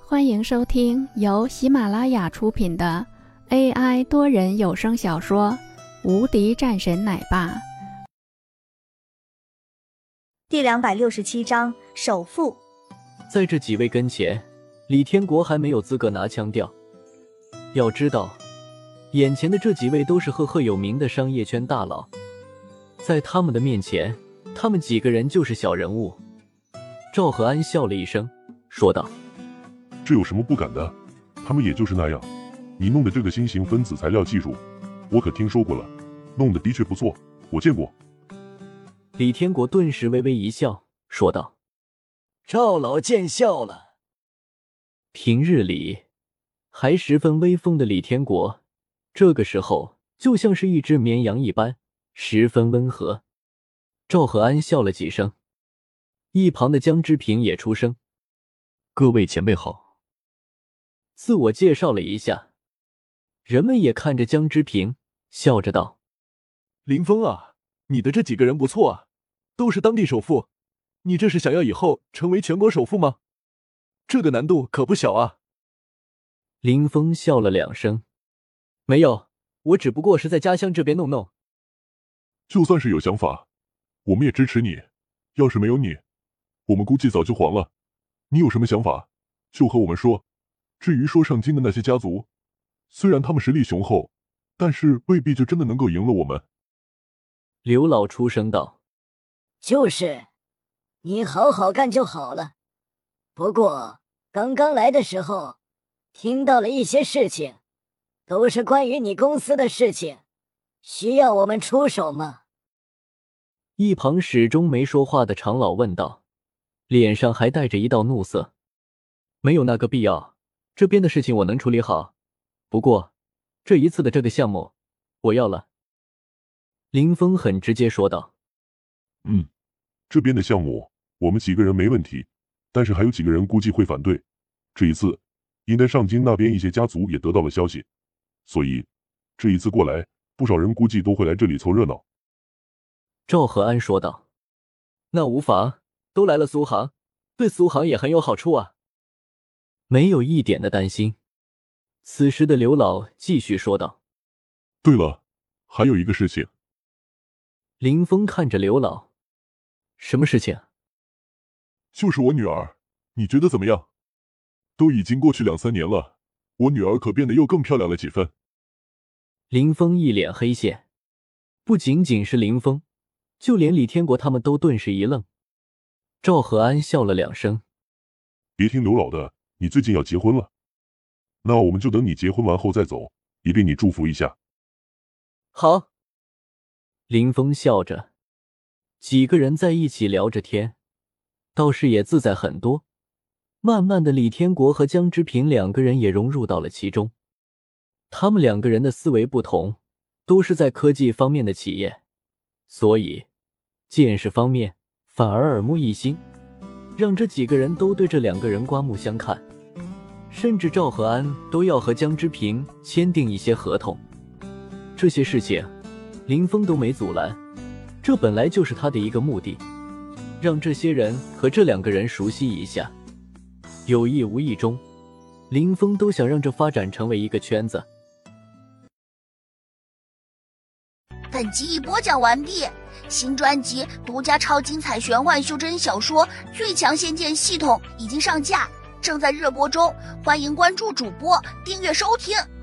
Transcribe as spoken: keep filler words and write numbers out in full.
欢迎收听由喜马拉雅出品的 A I 多人有声小说《无敌战神奶爸》 第两百六十七章首富。 在这几位跟前，李天国还没有资格拿腔调。要知道，眼前的这几位都是赫赫有名的商业圈大佬，在他们的面前，他们几个人就是小人物。赵和安笑了一声，说道： 这有什么不敢的？他们也就是那样。你弄的这个新型分子材料技术，我可听说过了，弄得的确不错，我见过。 李天国顿时微微一笑，说道： 赵老见笑了。 平日里还十分威风的李天国，这个时候就像是一只绵羊一般，十分温和。赵和安笑了几声，一旁的江之平也出声： 各位前辈好。 自我介绍了一下，人们也看着江之平，笑着道： 林峰啊，你的这几个人不错啊，都是当地首富，你这是想要以后成为全国首富吗？这个难度可不小啊。 林峰笑了两声：没有，我只不过是在家乡这边弄弄。 就算是有想法，我们也支持你，要是没有你，我们估计早就黄了。你有什么想法，就和我们说。至于说上京的那些家族，虽然他们实力雄厚，但是未必就真的能够赢了我们。 刘老出声道： 就是，你好好干就好了。不过，刚刚来的时候，听到了一些事情，都是关于你公司的事情，需要我们出手吗？ 一旁始终没说话的长老问道，脸上还带着一道怒色。没有那个必要，这边的事情我能处理好，不过这一次的这个项目我要了。林峰很直接说道： 嗯，这边的项目我们几个人没问题，但是还有几个人估计会反对。这一次因为上京那边一些家族也得到了消息，所以这一次过来，不少人估计都会来这里凑热闹。 赵和安说道：那无妨，都来了苏杭，对苏杭也很有好处啊。没有一点的担心。此时的刘老继续说道： 对了，还有一个事情。 林峰看着刘老：什么事情？ 就是我女儿，你觉得怎么样？都已经过去两三年了，我女儿可变得又更漂亮了几分。 林峰一脸黑线，不仅仅是林峰，就连李天国他们都顿时一愣。赵和安笑了两声： 别听刘老的，你最近要结婚了，那我们就等你结婚完后再走，以便你祝福一下。 好。林峰笑着，几个人在一起聊着天，倒是也自在很多。慢慢的，李天国和江之平两个人也融入到了其中。他们两个人的思维不同，都是在科技方面的企业，所以见识方面反而耳目一新，让这几个人都对这两个人刮目相看。甚至赵和安都要和江之平签订一些合同。这些事情林峰都没阻拦，这本来就是他的一个目的，让这些人和这两个人熟悉一下。有意无意中，林峰都想让这发展成为一个圈子。 本集已播讲完毕，新专辑独家超精彩玄幻修真小说《最强仙剑系统》已经上架，正在热播中，欢迎关注主播，订阅收听。